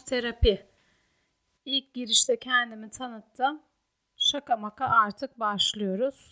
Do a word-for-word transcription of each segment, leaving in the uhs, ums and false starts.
terapi. İlk girişte kendimi tanıttım. Şaka maka artık başlıyoruz.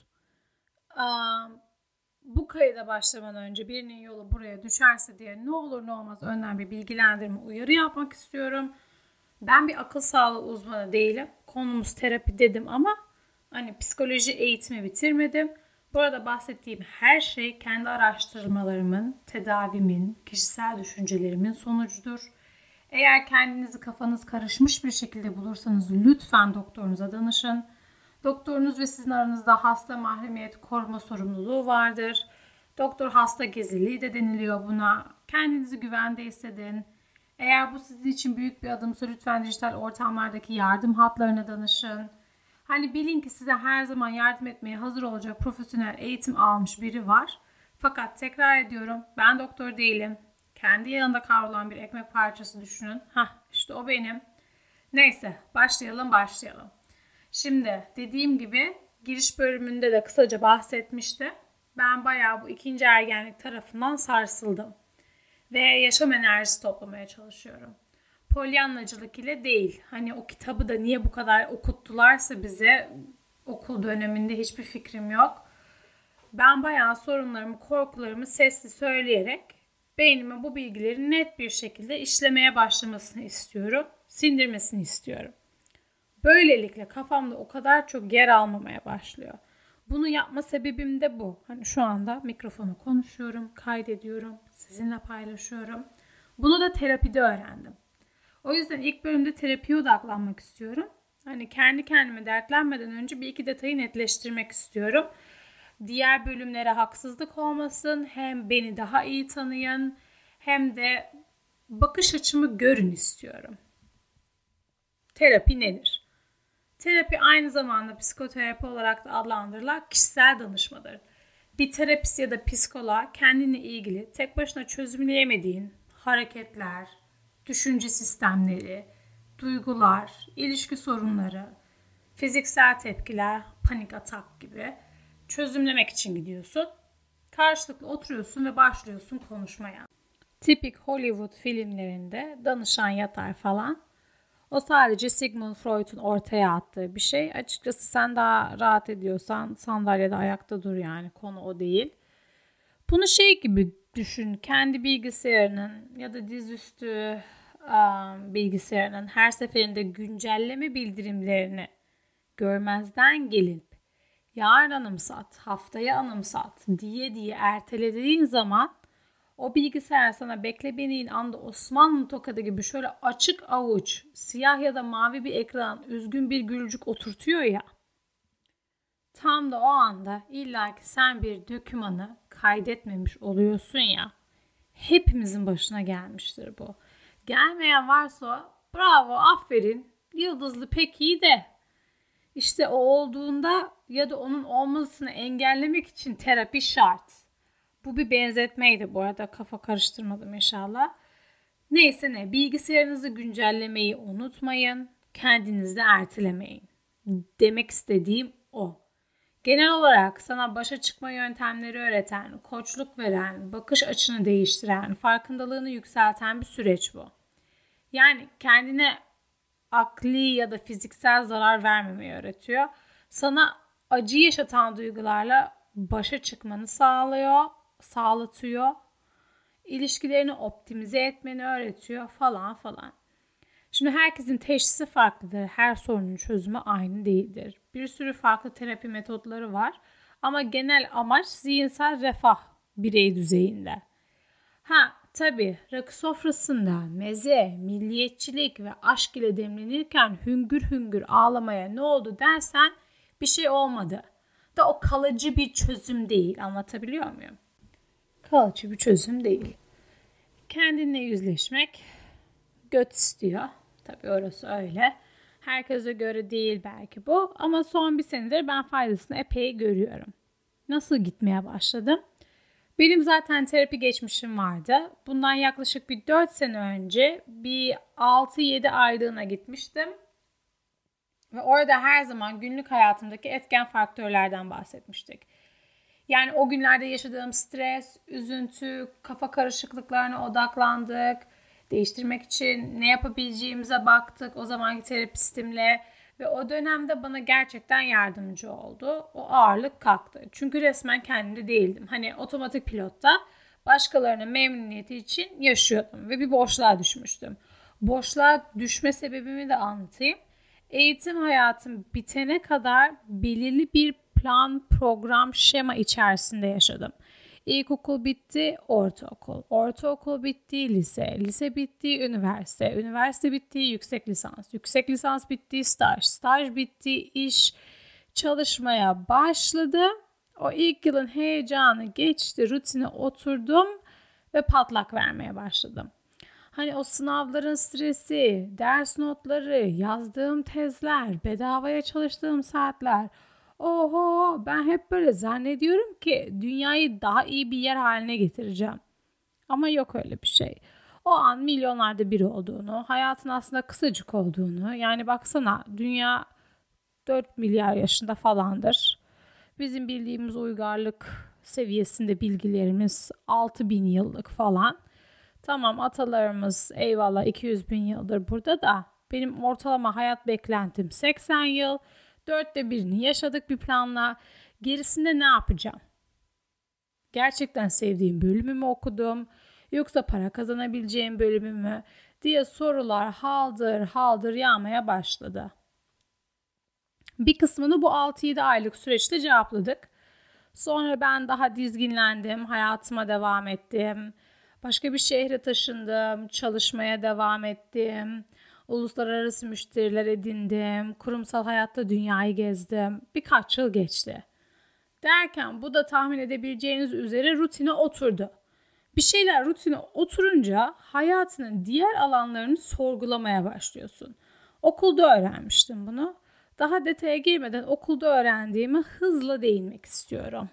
Bu kayıda başlamadan önce birinin yolu buraya düşerse diye ne olur ne olmaz önden bir bilgilendirme uyarı yapmak istiyorum. Ben bir akıl sağlığı uzmanı değilim. Konumuz terapi dedim ama hani psikoloji eğitimi bitirmedim. Bu arada bahsettiğim her şey kendi araştırmalarımın, tedavimin, kişisel düşüncelerimin sonucudur. Eğer kendinizi kafanız karışmış bir şekilde bulursanız lütfen doktorunuza danışın. Doktorunuz ve sizin aranızda hasta mahremiyet koruma sorumluluğu vardır. Doktor hasta gizliliği de deniliyor buna. Kendinizi güvende hissedin. Eğer bu sizin için büyük bir adımsa lütfen dijital ortamlardaki yardım hatlarına danışın. Hani bilin ki size her zaman yardım etmeye hazır olacak profesyonel eğitim almış biri var. Fakat tekrar ediyorum, ben doktor değilim. Kendi yanında kavrulan bir ekmek parçası düşünün. Hah, işte o benim. Neyse, başlayalım başlayalım. Şimdi dediğim gibi giriş bölümünde de kısaca bahsetmiştim. Ben bayağı bu ikinci ergenlik tarafından sarsıldım. Ve yaşam enerjisi toplamaya çalışıyorum. Polyanlacılık ile değil. Hani o kitabı da niye bu kadar okuttularsa bize okul döneminde hiçbir fikrim yok. Ben bayağı sorunlarımı, korkularımı sesli söyleyerek beynime bu bilgileri net bir şekilde işlemeye başlamasını istiyorum. Sindirmesini istiyorum. Böylelikle kafamda o kadar çok yer almamaya başlıyor. Bunu yapma sebebim de bu. Hani şu anda mikrofona konuşuyorum, kaydediyorum, sizinle paylaşıyorum. Bunu da terapide öğrendim. O yüzden ilk bölümde terapiye odaklanmak istiyorum. Hani kendi kendime dertlenmeden önce bir iki detayı netleştirmek istiyorum. Diğer bölümlere haksızlık olmasın. Hem beni daha iyi tanıyın hem de bakış açımı görün istiyorum. Terapi nedir? Terapi aynı zamanda psikoterapi olarak da adlandırılan kişisel danışmadır. Bir terapist ya da psikoloğa kendine ilgili tek başına çözümleyemediğin hareketler, düşünce sistemleri, duygular, ilişki sorunları, fiziksel tepkiler, panik atak gibi çözümlemek için gidiyorsun. Karşılıklı oturuyorsun ve başlıyorsun konuşmaya. Tipik Hollywood filmlerinde danışan yatar falan. O sadece Sigmund Freud'un ortaya attığı bir şey. Açıkçası sen daha rahat ediyorsan sandalyede ayakta dur, yani konu o değil. Bunu şey gibi düşün, kendi bilgisayarının ya da dizüstü um, bilgisayarının her seferinde güncelleme bildirimlerini görmezden gelip yarın anımsat, haftaya anımsat diye diye ertelediğin zaman o bilgisayar sana beklemediğin anda Osmanlı tokadı gibi şöyle açık avuç, siyah ya da mavi bir ekran, üzgün bir gülücük oturtuyor ya. Tam da o anda illaki sen bir dokümanı kaydetmemiş oluyorsun ya. Hepimizin başına gelmiştir bu. Gelmeyen varsa bravo, aferin, yıldızlı pek iyi de. İşte o olduğunda ya da onun olmasını engellemek için terapi şart. Bu bir benzetmeydi bu arada, kafa karıştırmadım inşallah. Neyse ne, bilgisayarınızı güncellemeyi unutmayın, kendinizi ertelemeyin. Demek istediğim o. Genel olarak sana başa çıkma yöntemleri öğreten, koçluk veren, bakış açını değiştiren, farkındalığını yükselten bir süreç bu. Yani kendine akli ya da fiziksel zarar vermemeyi öğretiyor. Sana acı yaşatan duygularla başa çıkmanı sağlıyor, sağlatıyor. İlişkilerini optimize etmeni öğretiyor falan falan. Şimdi herkesin teşhisi farklıdır. Her sorunun çözümü aynı değildir. Bir sürü farklı terapi metotları var. Ama genel amaç zihinsel refah birey düzeyinde. Ha tabii rakı sofrasında meze, milliyetçilik ve aşk ile demlenirken hüngür hüngür ağlamaya ne oldu dersen bir şey olmadı. Da o kalıcı bir çözüm değil. Anlatabiliyor muyum? Kalıcı bir çözüm değil. Kendinle yüzleşmek göt istiyor. Tabii orası öyle. Herkese göre değil belki bu. Ama son bir senedir ben faydasını epey görüyorum. Nasıl gitmeye başladım? Benim zaten terapi geçmişim vardı. Bundan yaklaşık bir dört sene önce bir altı yedi aylığına gitmiştim. Ve orada her zaman günlük hayatımdaki etken faktörlerden bahsetmiştik. Yani o günlerde yaşadığım stres, üzüntü, kafa karışıklıklarına odaklandık. Değiştirmek için ne yapabileceğimize baktık o zamanki terapistimle ve o dönemde bana gerçekten yardımcı oldu. O ağırlık kalktı. Çünkü resmen kendimde değildim. Hani otomatik pilotta başkalarının memnuniyeti için yaşıyordum ve bir boşluğa düşmüştüm. Boşluğa düşme sebebimi de anlatayım. Eğitim hayatım bitene kadar belirli bir plan, program, şema içerisinde yaşadım. İlkokul bitti, ortaokul. Ortaokul bitti, lise. Lise bitti, üniversite. Üniversite bitti, yüksek lisans. Yüksek lisans bitti, staj. Staj bitti, iş. Çalışmaya başladım. O ilk yılın heyecanı geçti, rutine oturdum ve patlak vermeye başladım. Hani o sınavların stresi, ders notları, yazdığım tezler, bedavaya çalıştığım saatler. Oho, ben hep böyle zannediyorum ki dünyayı daha iyi bir yer haline getireceğim. Ama yok öyle bir şey. O an milyonlarda biri olduğunu, hayatın aslında kısacık olduğunu, yani baksana dünya dört milyar yaşında falandır. Bizim bildiğimiz uygarlık seviyesinde bilgilerimiz altı bin yıllık falan. Tamam, atalarımız eyvallah iki yüz bin yıldır burada da benim ortalama hayat beklentim seksen yıl. Dörtte birini yaşadık bir planla. Gerisinde ne yapacağım? Gerçekten sevdiğim bölümü mü okudum? Yoksa para kazanabileceğim bölümü mü? Diye sorular haldır haldır yağmaya başladı. Bir kısmını bu altı yedi aylık süreçte cevapladık. Sonra ben daha dizginlendim, hayatıma devam ettim. Başka bir şehre taşındım, çalışmaya devam ettim. Uluslararası müşteriler edindim, kurumsal hayatta dünyayı gezdim. Birkaç yıl geçti. Derken bu da tahmin edebileceğiniz üzere rutine oturdu. Bir şeyler rutine oturunca hayatının diğer alanlarını sorgulamaya başlıyorsun. Okulda öğrenmiştim bunu. Daha detaya girmeden okulda öğrendiğime hızla değinmek istiyorum.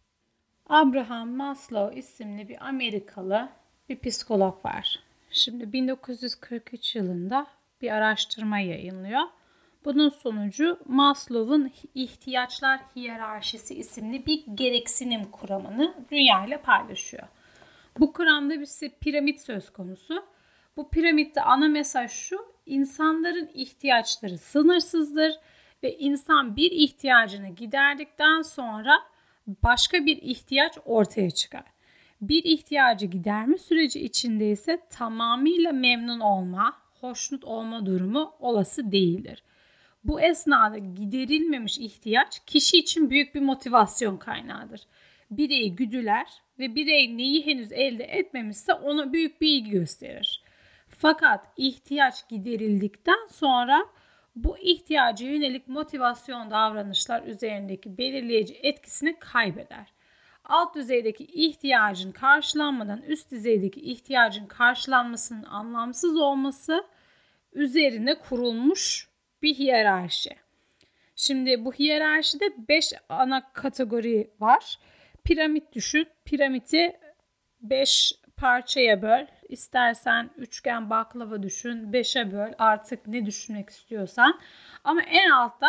Abraham Maslow isimli bir Amerikalı bir psikolog var. Şimdi bin dokuz yüz kırk üç yılında bir araştırma yayınlıyor. Bunun sonucu Maslow'un ihtiyaçlar hiyerarşisi isimli bir gereksinim kuramını dünya ile paylaşıyor. Bu kuramda bir piramit söz konusu. Bu piramitte ana mesaj şu: insanların ihtiyaçları sınırsızdır ve insan bir ihtiyacını giderdikten sonra başka bir ihtiyaç ortaya çıkar. Bir ihtiyacı giderme süreci içinde ise tamamıyla memnun olma, hoşnut olma durumu olası değildir. Bu esnada giderilmemiş ihtiyaç kişi için büyük bir motivasyon kaynağıdır. Bireyi güdüler ve birey neyi henüz elde etmemişse ona büyük bir ilgi gösterir. Fakat ihtiyaç giderildikten sonra bu ihtiyaca yönelik motivasyon davranışlar üzerindeki belirleyici etkisini kaybeder. Alt düzeydeki ihtiyacın karşılanmadan üst düzeydeki ihtiyacın karşılanmasının anlamsız olması üzerine kurulmuş bir hiyerarşi. Şimdi bu hiyerarşide beş ana kategori var. Piramit düşün. Piramidi beş parçaya böl. İstersen üçgen baklava düşün. beşe böl. Artık ne düşünmek istiyorsan. Ama en altta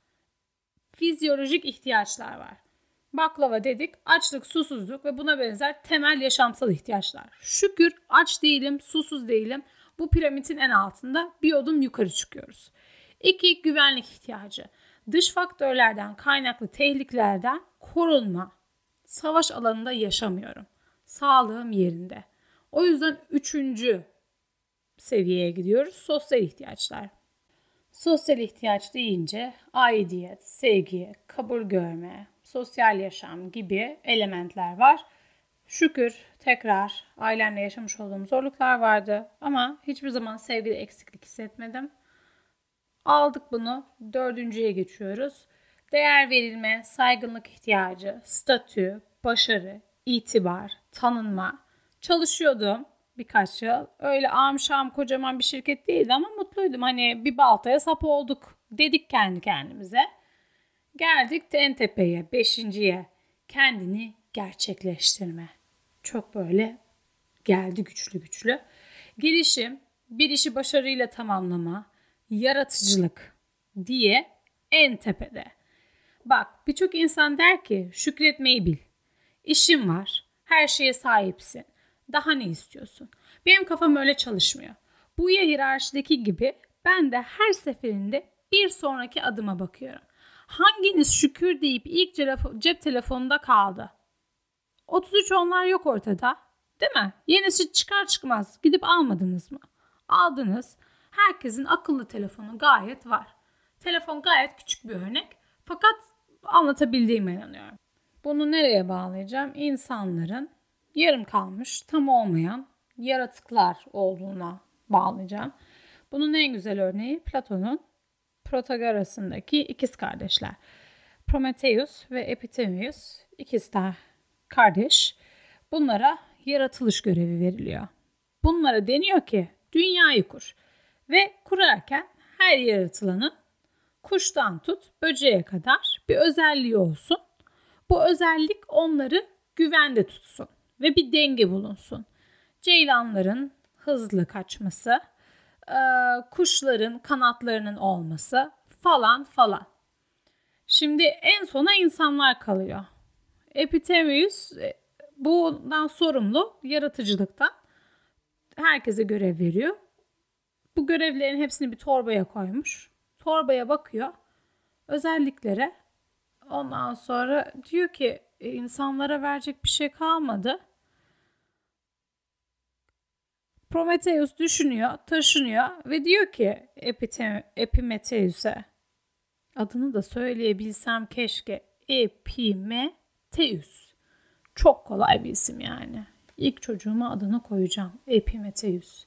fizyolojik ihtiyaçlar var. Baklava dedik, açlık, susuzluk ve buna benzer temel yaşamsal ihtiyaçlar. Şükür aç değilim, susuz değilim. Bu piramidin en altında bir adım yukarı çıkıyoruz. İki, güvenlik ihtiyacı. Dış faktörlerden kaynaklı tehlikelerden korunma. Savaş alanında yaşamıyorum. Sağlığım yerinde. O yüzden üçüncü seviyeye gidiyoruz. Sosyal ihtiyaçlar. Sosyal ihtiyaç deyince aidiyet, sevgi, kabul görme, sosyal yaşam gibi elementler var. Şükür tekrar ailemle yaşamış olduğum zorluklar vardı ama hiçbir zaman sevgide eksiklik hissetmedim. Aldık bunu, dördüncüye geçiyoruz. Değer verilme, saygınlık ihtiyacı, statü, başarı, itibar, tanınma. Çalışıyordum birkaç yıl. Öyle amşam kocaman bir şirket değildi ama mutluydum. Hani bir baltaya sap olduk dedik kendi kendimize. Geldik en tepeye, beşinciye. Kendini gerçekleştirme. Çok böyle geldi güçlü güçlü. Girişim, bir işi başarıyla tamamlama, yaratıcılık diye en tepede. Bak, birçok insan der ki şükretmeyi bil. İşin var, her şeye sahipsin. Daha ne istiyorsun? Benim kafam öyle çalışmıyor. Bu ya hiyerarşideki gibi ben de her seferinde bir sonraki adıma bakıyorum. Hanginiz şükür deyip ilk cep telefonunda kaldı? otuz üç onlar yok ortada. Değil mi? Yenisi çıkar çıkmaz gidip almadınız mı? Aldınız. Herkesin akıllı telefonu gayet var. Telefon gayet küçük bir örnek. Fakat anlatabildiğime inanıyorum. Bunu nereye bağlayacağım? İnsanların yarım kalmış, tam olmayan yaratıklar olduğuna bağlayacağım. Bunun en güzel örneği Platon'un Protagoras'ındaki ikiz kardeşler. Prometheus ve Epimetius ikizler kardeş. Bunlara yaratılış görevi veriliyor. Bunlara deniyor ki dünyayı kur ve kurarken her yaratılanın kuştan tut böceğe kadar bir özelliği olsun. Bu özellik onları güvende tutsun ve bir denge bulunsun. Ceylanların hızlı kaçması, kuşların kanatlarının olması falan falan. Şimdi en sona insanlar kalıyor. Epimetius bundan sorumlu, yaratıcılıktan herkese görev veriyor. Bu görevlerin hepsini bir torbaya koymuş. Torbaya bakıyor özelliklere. Ondan sonra diyor ki insanlara verecek bir şey kalmadı. Prometheus düşünüyor, taşınıyor ve diyor ki Epimetheus'e, adını da söyleyebilsem keşke, Epimetheus. Çok kolay bir isim yani. İlk çocuğuma adını koyacağım. Epimetheus.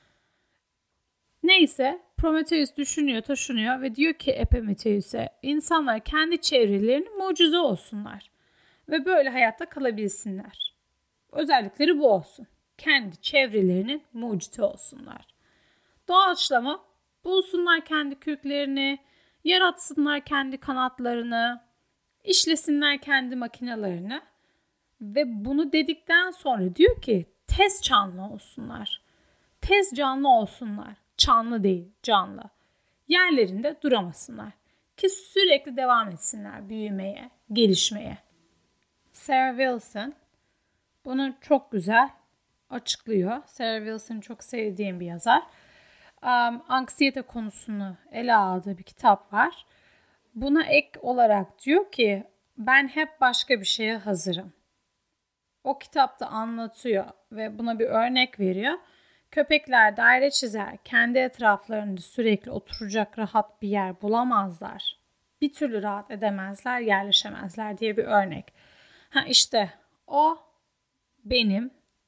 Neyse Prometheus düşünüyor, taşınıyor ve diyor ki Epimetheus'e, insanlar kendi çevrelerinin mucize olsunlar ve böyle hayatta kalabilsinler. Özellikleri bu olsun. Kendi çevrelerinin mucidi olsunlar. Doğaçlama bulsunlar kendi kürklerini, yaratsınlar kendi kanatlarını, işlesinler kendi makinelerini ve bunu dedikten sonra diyor ki tez canlı olsunlar. Tez canlı olsunlar. Çanlı değil, canlı. Yerlerinde duramasınlar. Ki sürekli devam etsinler büyümeye, gelişmeye. Sarah Wilson bunu çok güzel açıklıyor. Sarah Wilson'ı çok sevdiğim bir yazar. Um, anksiyete konusunu ele aldığı bir kitap var. Buna ek olarak diyor ki ben hep başka bir şeye hazırım. O kitapta anlatıyor ve buna bir örnek veriyor. Köpekler daire çizer, kendi etraflarında sürekli oturacak rahat bir yer bulamazlar. Bir türlü rahat edemezler, yerleşemezler diye bir örnek. Ha işte o benim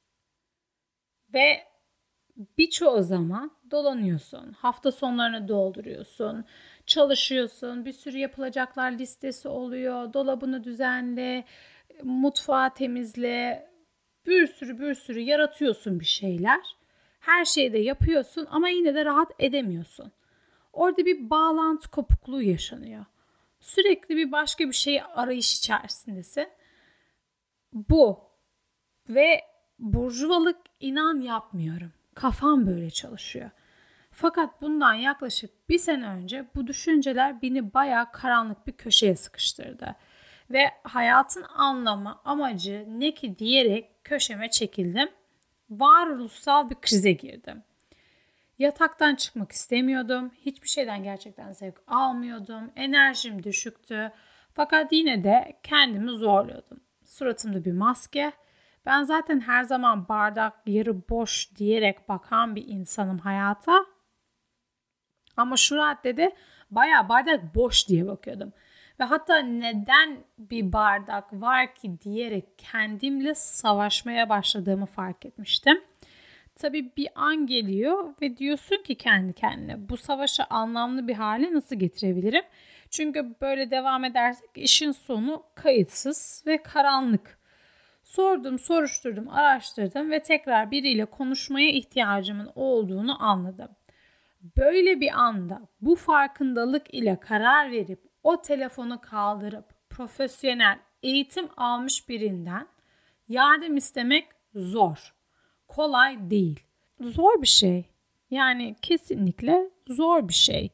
ve birçoğu zaman dolanıyorsun. Hafta sonlarını dolduruyorsun, çalışıyorsun, bir sürü yapılacaklar listesi oluyor, dolabını düzenle, mutfağı temizle, bir sürü bir sürü yaratıyorsun bir şeyler. Her şeyi de yapıyorsun ama yine de rahat edemiyorsun. Orada bir bağlantı kopukluğu yaşanıyor. Sürekli bir başka bir şey arayış içerisindesin. Bu ve burjuvalık inan yapmıyorum. Kafam böyle çalışıyor. Fakat bundan yaklaşık bir sene önce bu düşünceler beni bayağı karanlık bir köşeye sıkıştırdı. Ve hayatın anlamı, amacı ne ki diyerek köşeme çekildim. Varoluşsal bir krize girdim. Yataktan çıkmak istemiyordum. Hiçbir şeyden gerçekten zevk almıyordum. Enerjim düşüktü. Fakat yine de kendimi zorluyordum. Suratımda bir maske. Ben zaten her zaman bardak yarı boş diyerek bakan bir insanım hayata. Ama şu raddede bayağı bardak boş diye bakıyordum. Ve hatta neden bir bardak var ki diyerek kendimle savaşmaya başladığımı fark etmiştim. Tabii bir an geliyor ve diyorsun ki kendi kendine bu savaşı anlamlı bir hale nasıl getirebilirim? Çünkü böyle devam edersek işin sonu kayıtsız ve karanlık. Sordum, soruşturdum, araştırdım ve tekrar biriyle konuşmaya ihtiyacımın olduğunu anladım. Böyle bir anda bu farkındalık ile karar verip o telefonu kaldırıp profesyonel eğitim almış birinden yardım istemek zor. Kolay değil. Zor bir şey. Yani kesinlikle zor bir şey.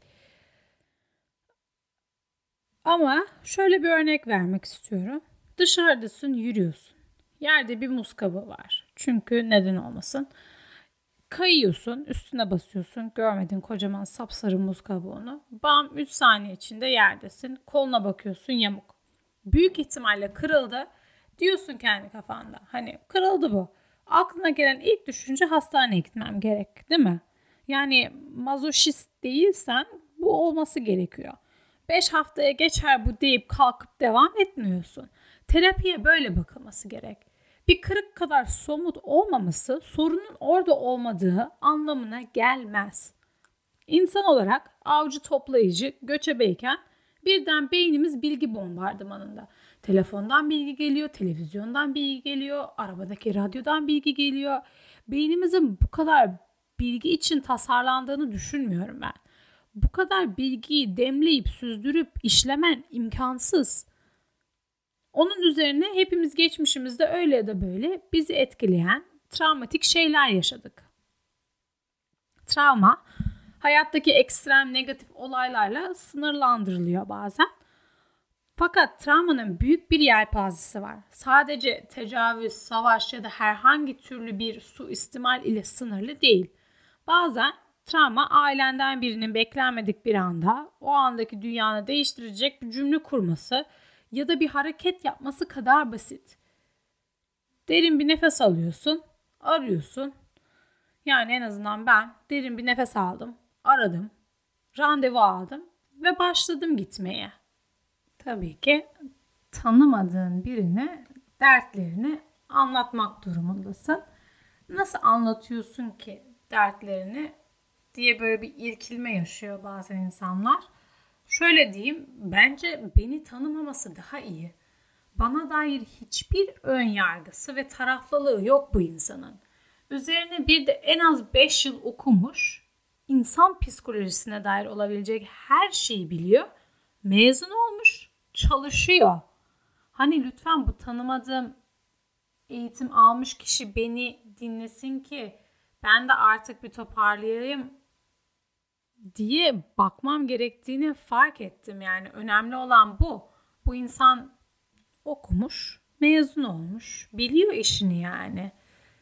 Ama şöyle bir örnek vermek istiyorum. Dışarıdasın, yürüyorsun. Yerde bir muz kabı var. Çünkü neden olmasın? Kayıyorsun, üstüne basıyorsun. Görmedin kocaman sapsarı muz kabuğunu. Bam, üç saniye içinde yerdesin. Koluna bakıyorsun, yamuk. Büyük ihtimalle kırıldı. Diyorsun kendi kafanda. Hani kırıldı bu. Aklına gelen ilk düşünce hastaneye gitmem gerek, değil mi? Yani mazoşist değilsen bu olması gerekiyor. Beş haftaya geçer bu deyip kalkıp devam etmiyorsun. Terapiye böyle bakılması gerek. Bir kırık kadar somut olmaması sorunun orada olmadığı anlamına gelmez. İnsan olarak avcı toplayıcı, göçebeyken birden beynimiz bilgi bombardımanında. Telefondan bilgi geliyor, televizyondan bilgi geliyor, arabadaki radyodan bilgi geliyor. Beynimizin bu kadar bilgi için tasarlandığını düşünmüyorum ben. Bu kadar bilgiyi demleyip süzdürüp işlemen imkansız. Onun üzerine hepimiz geçmişimizde öyle ya da böyle bizi etkileyen travmatik şeyler yaşadık. Travma, hayattaki ekstrem negatif olaylarla sınırlandırılıyor bazen. Fakat travmanın büyük bir yelpazesi var. Sadece tecavüz, savaş ya da herhangi türlü bir suistimal ile sınırlı değil. Bazen travma ailenden birinin beklenmedik bir anda o andaki dünyanı değiştirecek bir cümle kurması ya da bir hareket yapması kadar basit. Derin bir nefes alıyorsun, arıyorsun. Yani en azından ben derin bir nefes aldım, aradım, randevu aldım ve başladım gitmeye. Tabii ki tanımadığın birine dertlerini anlatmak durumundasın. Nasıl anlatıyorsun ki dertlerini diye böyle bir irkilme yaşıyor bazen insanlar. Şöyle diyeyim, bence beni tanımaması daha iyi. Bana dair hiçbir ön yargısı ve taraflılığı yok bu insanın. Üzerine bir de en az beş yıl okumuş, insan psikolojisine dair olabilecek her şeyi biliyor. Mezun olmuş, çalışıyor. Hani lütfen bu tanımadığım, eğitim almış kişi beni dinlesin ki ben de artık bir toparlayayım diye bakmam gerektiğini fark ettim. Yani önemli olan bu. Bu insan okumuş, mezun olmuş, biliyor işini yani.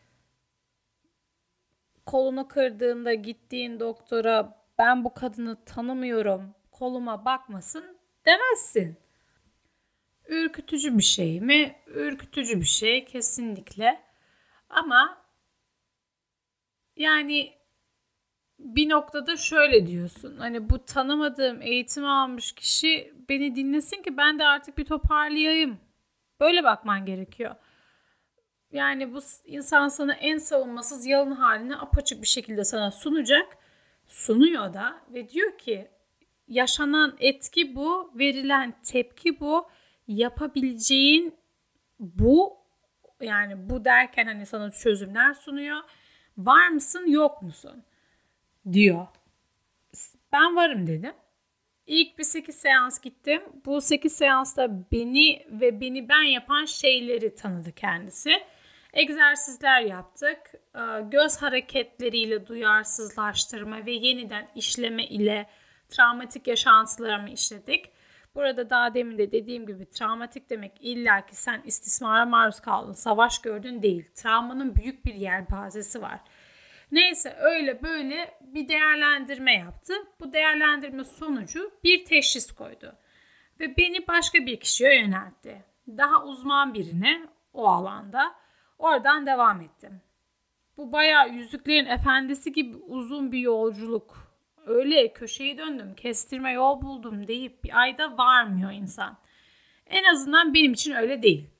Kolunu kırdığında gittiğin doktora ben bu kadını tanımıyorum, koluma bakmasın demezsin. Ürkütücü bir şey mi? Ürkütücü bir şey kesinlikle. Ama yani bir noktada şöyle diyorsun. Hani bu tanımadığım, eğitim almış kişi beni dinlesin ki ben de artık bir toparlayayım. Böyle bakman gerekiyor. Yani bu insan sana en savunmasız yalın halini apaçık bir şekilde sana sunacak. Sunuyor da ve diyor ki yaşanan etki bu, verilen tepki bu, yapabileceğin bu. Yani bu derken hani sana çözümler sunuyor. Var mısın, yok musun? Diyor. Ben varım dedim. İlk bir sekiz seans gittim. Bu sekiz seansta beni ve beni ben yapan şeyleri tanıdı kendisi. Egzersizler yaptık. Göz hareketleriyle duyarsızlaştırma ve yeniden işleme ile travmatik yaşantılarımı işledik. Burada daha demin de dediğim gibi travmatik demek illa ki sen istismara maruz kaldın, savaş gördün değil. Travmanın büyük bir yelpazesi var. Neyse öyle böyle bir değerlendirme yaptı. Bu değerlendirme sonucu bir teşhis koydu. Ve beni başka bir kişiye yöneltti. Daha uzman birine o alanda. Oradan devam ettim. Bu bayağı Yüzüklerin Efendisi gibi uzun bir yolculuk. Öyle köşeyi döndüm, kestirme yol buldum deyip bir ayda varmıyor insan. En azından benim için öyle değil.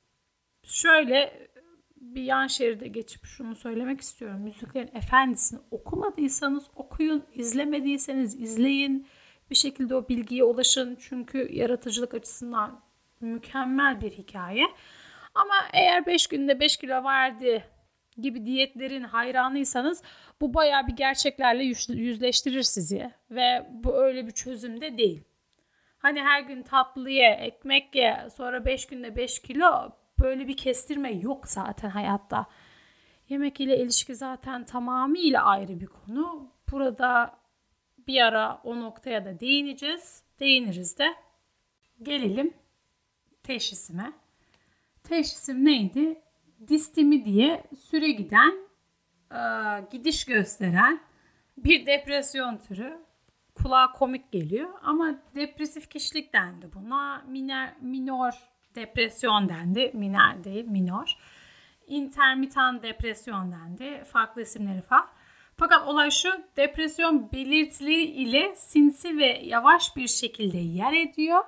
Şöyle bir yan şeride geçip şunu söylemek istiyorum. Yüzüklerin Efendisi'ni okumadıysanız okuyun, izlemediyseniz izleyin. Bir şekilde o bilgiye ulaşın. Çünkü yaratıcılık açısından mükemmel bir hikaye. Ama eğer beş günde beş kilo verdi gibi diyetlerin hayranıysanız bu bayağı bir gerçeklerle yüzleştirir sizi. Ve bu öyle bir çözüm de değil. Hani her gün tatlı ye, ekmek ye, sonra beş günde beş kilo, böyle bir kestirme yok zaten hayatta. Yemek ile ilişki zaten tamamıyla ayrı bir konu. Burada bir ara o noktaya da değineceğiz. Değiniriz de. Gelelim teşhisime. Teşhisim neydi? distemi diye süre giden, e, gidiş gösteren bir depresyon türü. Kulağa komik geliyor ama depresif kişilik dendi buna. Minor, minor depresyon dendi. Minor değil, minor. Intermittent depresyon dendi. Farklı isimleri var. Fakat olay şu, depresyon belirtileri ile sinsi ve yavaş bir şekilde yer ediyor.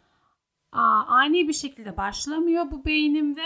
Aa, ani bir şekilde başlamıyor bu beynimde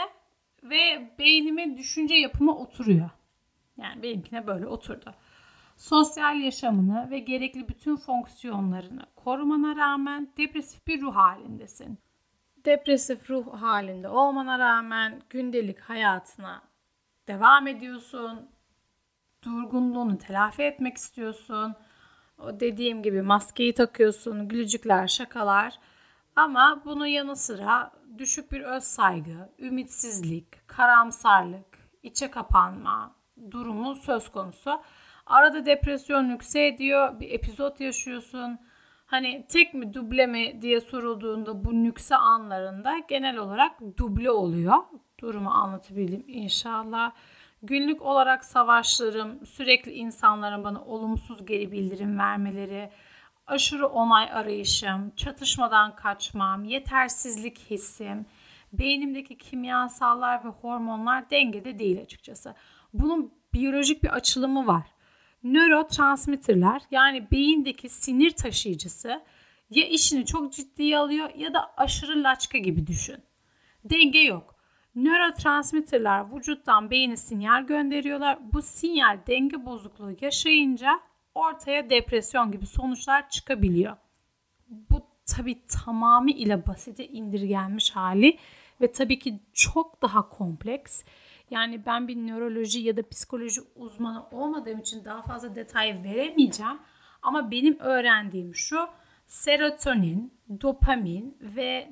ve beynime düşünce yapımı oturuyor. Yani benimkine böyle oturdu. Sosyal yaşamını ve gerekli bütün fonksiyonlarını korumana rağmen depresif bir ruh halindesin. Depresif ruh halinde olmana rağmen gündelik hayatına devam ediyorsun. Durgunluğunu telafi etmek istiyorsun. O dediğim gibi maskeyi takıyorsun, gülücükler, şakalar. Ama bunun yanı sıra düşük bir öz saygı, ümitsizlik, karamsarlık, içe kapanma durumu söz konusu. Arada depresyon nükse ediyor, bir epizod yaşıyorsun. Hani tek mi duble mi diye sorulduğunda bu nükse anlarında genel olarak duble oluyor. Durumu anlatabildim inşallah. Günlük olarak savaşlarım, sürekli insanların bana olumsuz geri bildirim vermeleri, aşırı onay arayışım, çatışmadan kaçmam, yetersizlik hissim, beynimdeki kimyasallar ve hormonlar dengede değil açıkçası. Bunun biyolojik bir açılımı var. Nörotransmitterler, yani beyindeki sinir taşıyıcısı ya işini çok ciddiye alıyor ya da aşırı laçka gibi düşün. Denge yok. Nörotransmitterler vücuttan beyine sinyal gönderiyorlar. Bu sinyal denge bozukluğu yaşayınca ortaya depresyon gibi sonuçlar çıkabiliyor. Bu tabii tamamıyla basite indirgenmiş hali ve tabii ki çok daha kompleks. Yani ben bir nöroloji ya da psikoloji uzmanı olmadığım için daha fazla detay veremeyeceğim. Ama benim öğrendiğim şu: serotonin, dopamin ve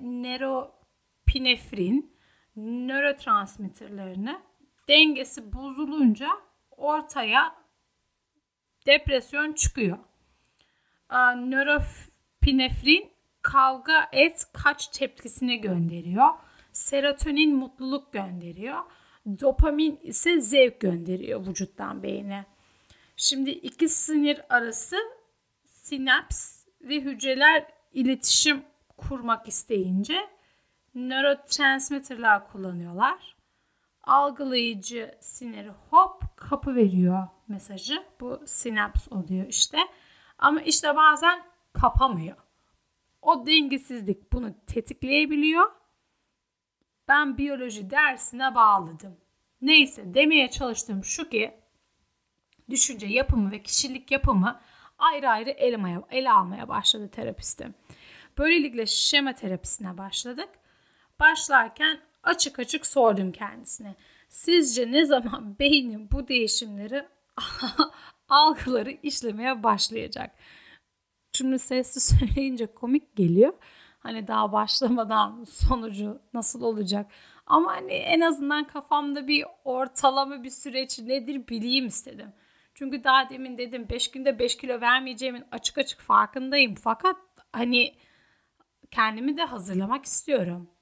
nöropinefrin nörotransmitterlerini dengesi bozulunca ortaya depresyon çıkıyor. Nöropinefrin kavga et kaç tepkisini gönderiyor. Serotonin mutluluk gönderiyor. Dopamin ise zevk gönderiyor vücuttan beyne. Şimdi iki sinir arası sinaps ve hücreler iletişim kurmak isteyince nörotransmitterler kullanıyorlar. Algılayıcı siniri hop kapı veriyor mesajı. Bu sinaps oluyor işte. Ama işte bazen kapamıyor. O dengesizlik bunu tetikleyebiliyor. Ben biyoloji dersine bağladım. Neyse, demeye çalıştığım şu ki düşünce yapımı ve kişilik yapımı ayrı ayrı ele, ele almaya başladı terapistim. Böylelikle şema terapisine başladık. Başlarken açık açık sordum kendisine. Sizce ne zaman beynin bu değişimleri algıları işlemeye başlayacak? Şimdi sesli söyleyince komik geliyor. Hani daha başlamadan sonucu nasıl olacak? Ama hani en azından kafamda bir ortalama bir süreç nedir bileyim istedim. Çünkü daha demin dedim beş günde beş kilo vermeyeceğimin açık açık farkındayım. Fakat hani kendimi de hazırlamak istiyorum.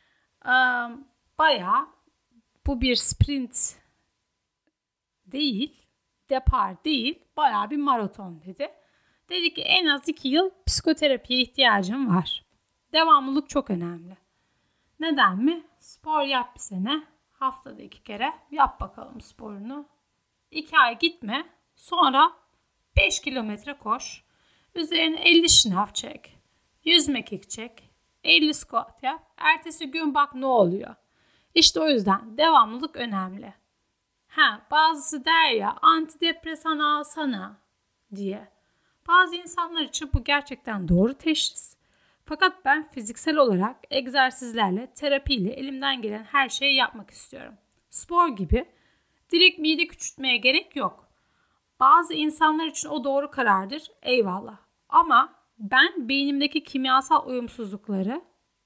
Bayağı bu bir sprint değil, depar değil, bayağı bir maraton dedi. Dedi ki en az iki yıl psikoterapiye ihtiyacım var. Devamlılık çok önemli. Neden mi? Spor yap bir sene. Haftada iki kere yap bakalım sporunu. İki ay gitme. Sonra beş kilometre koş. Üzerine elli şınav çek. yüz mekik çek. elli squat yap. Ertesi gün bak ne oluyor. İşte o yüzden devamlılık önemli. Ha, bazısı der ya antidepresan alsana diye. Bazı insanlar için bu gerçekten doğru teşhis. Fakat ben fiziksel olarak egzersizlerle, terapiyle elimden gelen her şeyi yapmak istiyorum. Spor gibi direkt mide küçültmeye gerek yok. Bazı insanlar için o doğru karardır, eyvallah. Ama ben beynimdeki kimyasal uyumsuzlukları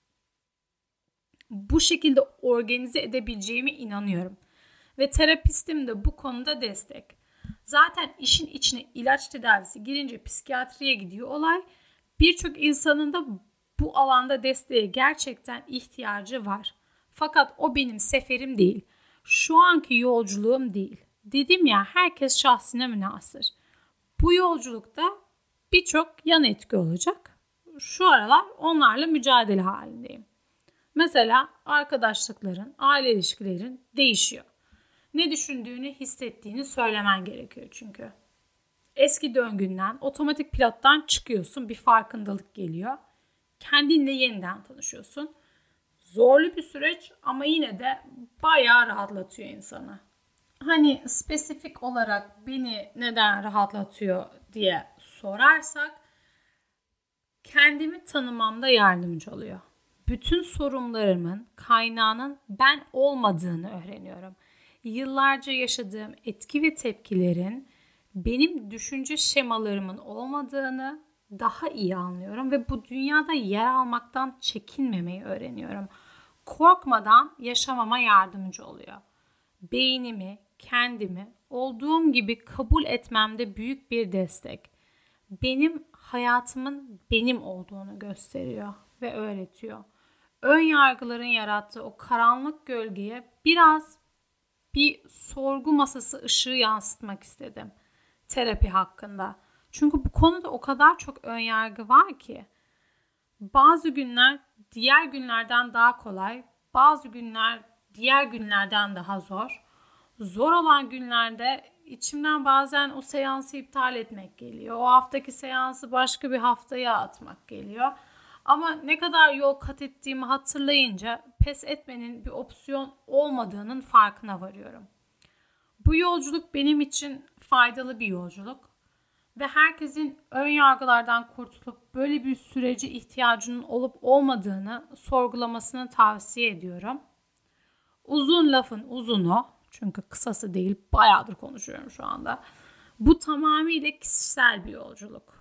bu şekilde organize edebileceğime inanıyorum. Ve terapistim de bu konuda destek. Zaten işin içine ilaç tedavisi girince psikiyatriye gidiyor olay. Birçok insanın da bu alanda desteğe gerçekten ihtiyacı var. Fakat o benim seferim değil. şu anki yolculuğum değil. Dedim ya, herkes şahsine münhasır. Bu yolculukta birçok yan etki olacak. Şu aralar onlarla mücadele halindeyim. Mesela arkadaşlıkların, aile ilişkilerin değişiyor. Ne düşündüğünü, hissettiğini söylemen gerekiyor çünkü. Eski döngünden, otomatik pilottan çıkıyorsun, bir farkındalık geliyor. Kendinle yeniden tanışıyorsun. Zorlu bir süreç ama yine de bayağı rahatlatıyor insanı. Hani spesifik olarak beni neden rahatlatıyor diye sorarsak, kendimi tanımamda yardımcı oluyor. Bütün sorunlarımın kaynağının ben olmadığını öğreniyorum. Yıllarca yaşadığım etki ve tepkilerin benim düşünce şemalarımın olmadığını daha iyi anlıyorum ve bu dünyada yer almaktan çekinmemeyi öğreniyorum. Korkmadan yaşamama yardımcı oluyor. Beynimi, kendimi olduğum gibi kabul etmemde büyük bir destek. Benim hayatımın benim olduğunu gösteriyor ve öğretiyor. Ön yargıların yarattığı o karanlık gölgeye biraz bir sorgu masası ışığı yansıtmak istedim terapi hakkında. Çünkü bu konuda o kadar çok ön yargı var ki. Bazı günler diğer günlerden daha kolay, bazı günler diğer günlerden daha zor. Zor olan günlerde içimden bazen o seansı iptal etmek geliyor. O haftaki seansı başka bir haftaya atmak geliyor. Ama ne kadar yol kat ettiğimi hatırlayınca pes etmenin bir opsiyon olmadığının farkına varıyorum. Bu yolculuk benim için faydalı bir yolculuk. Ve herkesin ön yargılardan kurtulup böyle bir sürece ihtiyacının olup olmadığını sorgulamasını tavsiye ediyorum. Uzun lafın uzunu, çünkü kısası değil, bayağıdır konuşuyorum şu anda. Bu tamamıyla kişisel bir yolculuk.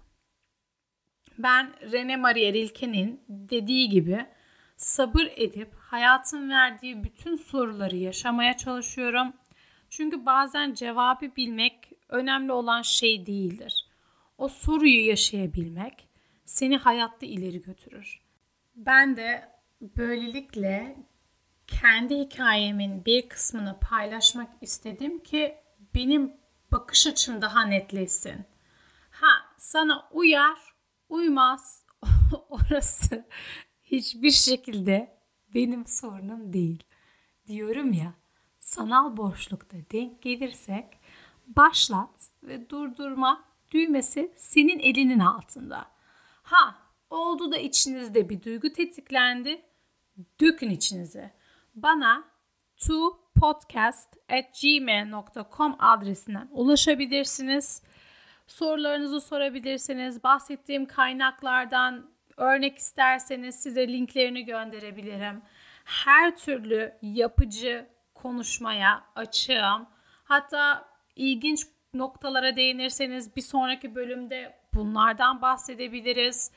Ben René Marie Rilke'nin dediği gibi sabır edip hayatın verdiği bütün soruları yaşamaya çalışıyorum. Çünkü bazen cevabı bilmek önemli olan şey değildir. O soruyu yaşayabilmek seni hayatta ileri götürür. Ben de böylelikle kendi hikayemin bir kısmını paylaşmak istedim ki benim bakış açım daha netleşsin. Ha, sana uyar, uymaz, orası hiçbir şekilde benim sorunum değil. Diyorum ya, sanal boşlukta denk gelirsek başlat ve durdurma düğmesi senin elinin altında. Ha, oldu da içinizde bir duygu tetiklendi, dökün içinize. Bana two podcast at gmail dot com adresinden ulaşabilirsiniz. Sorularınızı sorabilirsiniz. Bahsettiğim kaynaklardan örnek isterseniz size linklerini gönderebilirim. Her türlü yapıcı konuşmaya açığım. Hatta ilginç noktalara değinirseniz bir sonraki bölümde bunlardan bahsedebiliriz.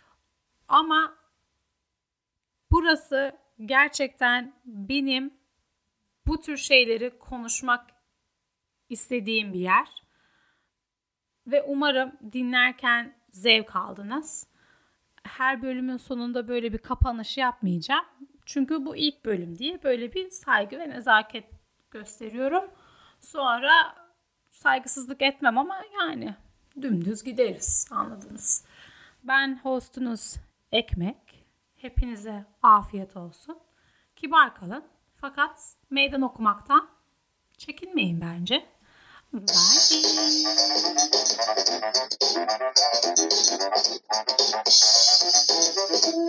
Ama burası gerçekten benim bu tür şeyleri konuşmak istediğim bir yer. Ve umarım dinlerken zevk aldınız. Her bölümün sonunda böyle bir kapanış yapmayacağım. Çünkü bu ilk bölüm diye böyle bir saygı ve nezaket gösteriyorum. Sonra saygısızlık etmem ama yani dümdüz gideriz, anladınız. Ben hostunuz Ekmek. Hepinize afiyet olsun. Kibar kalın fakat meydan okumaktan çekinmeyin bence. Bye.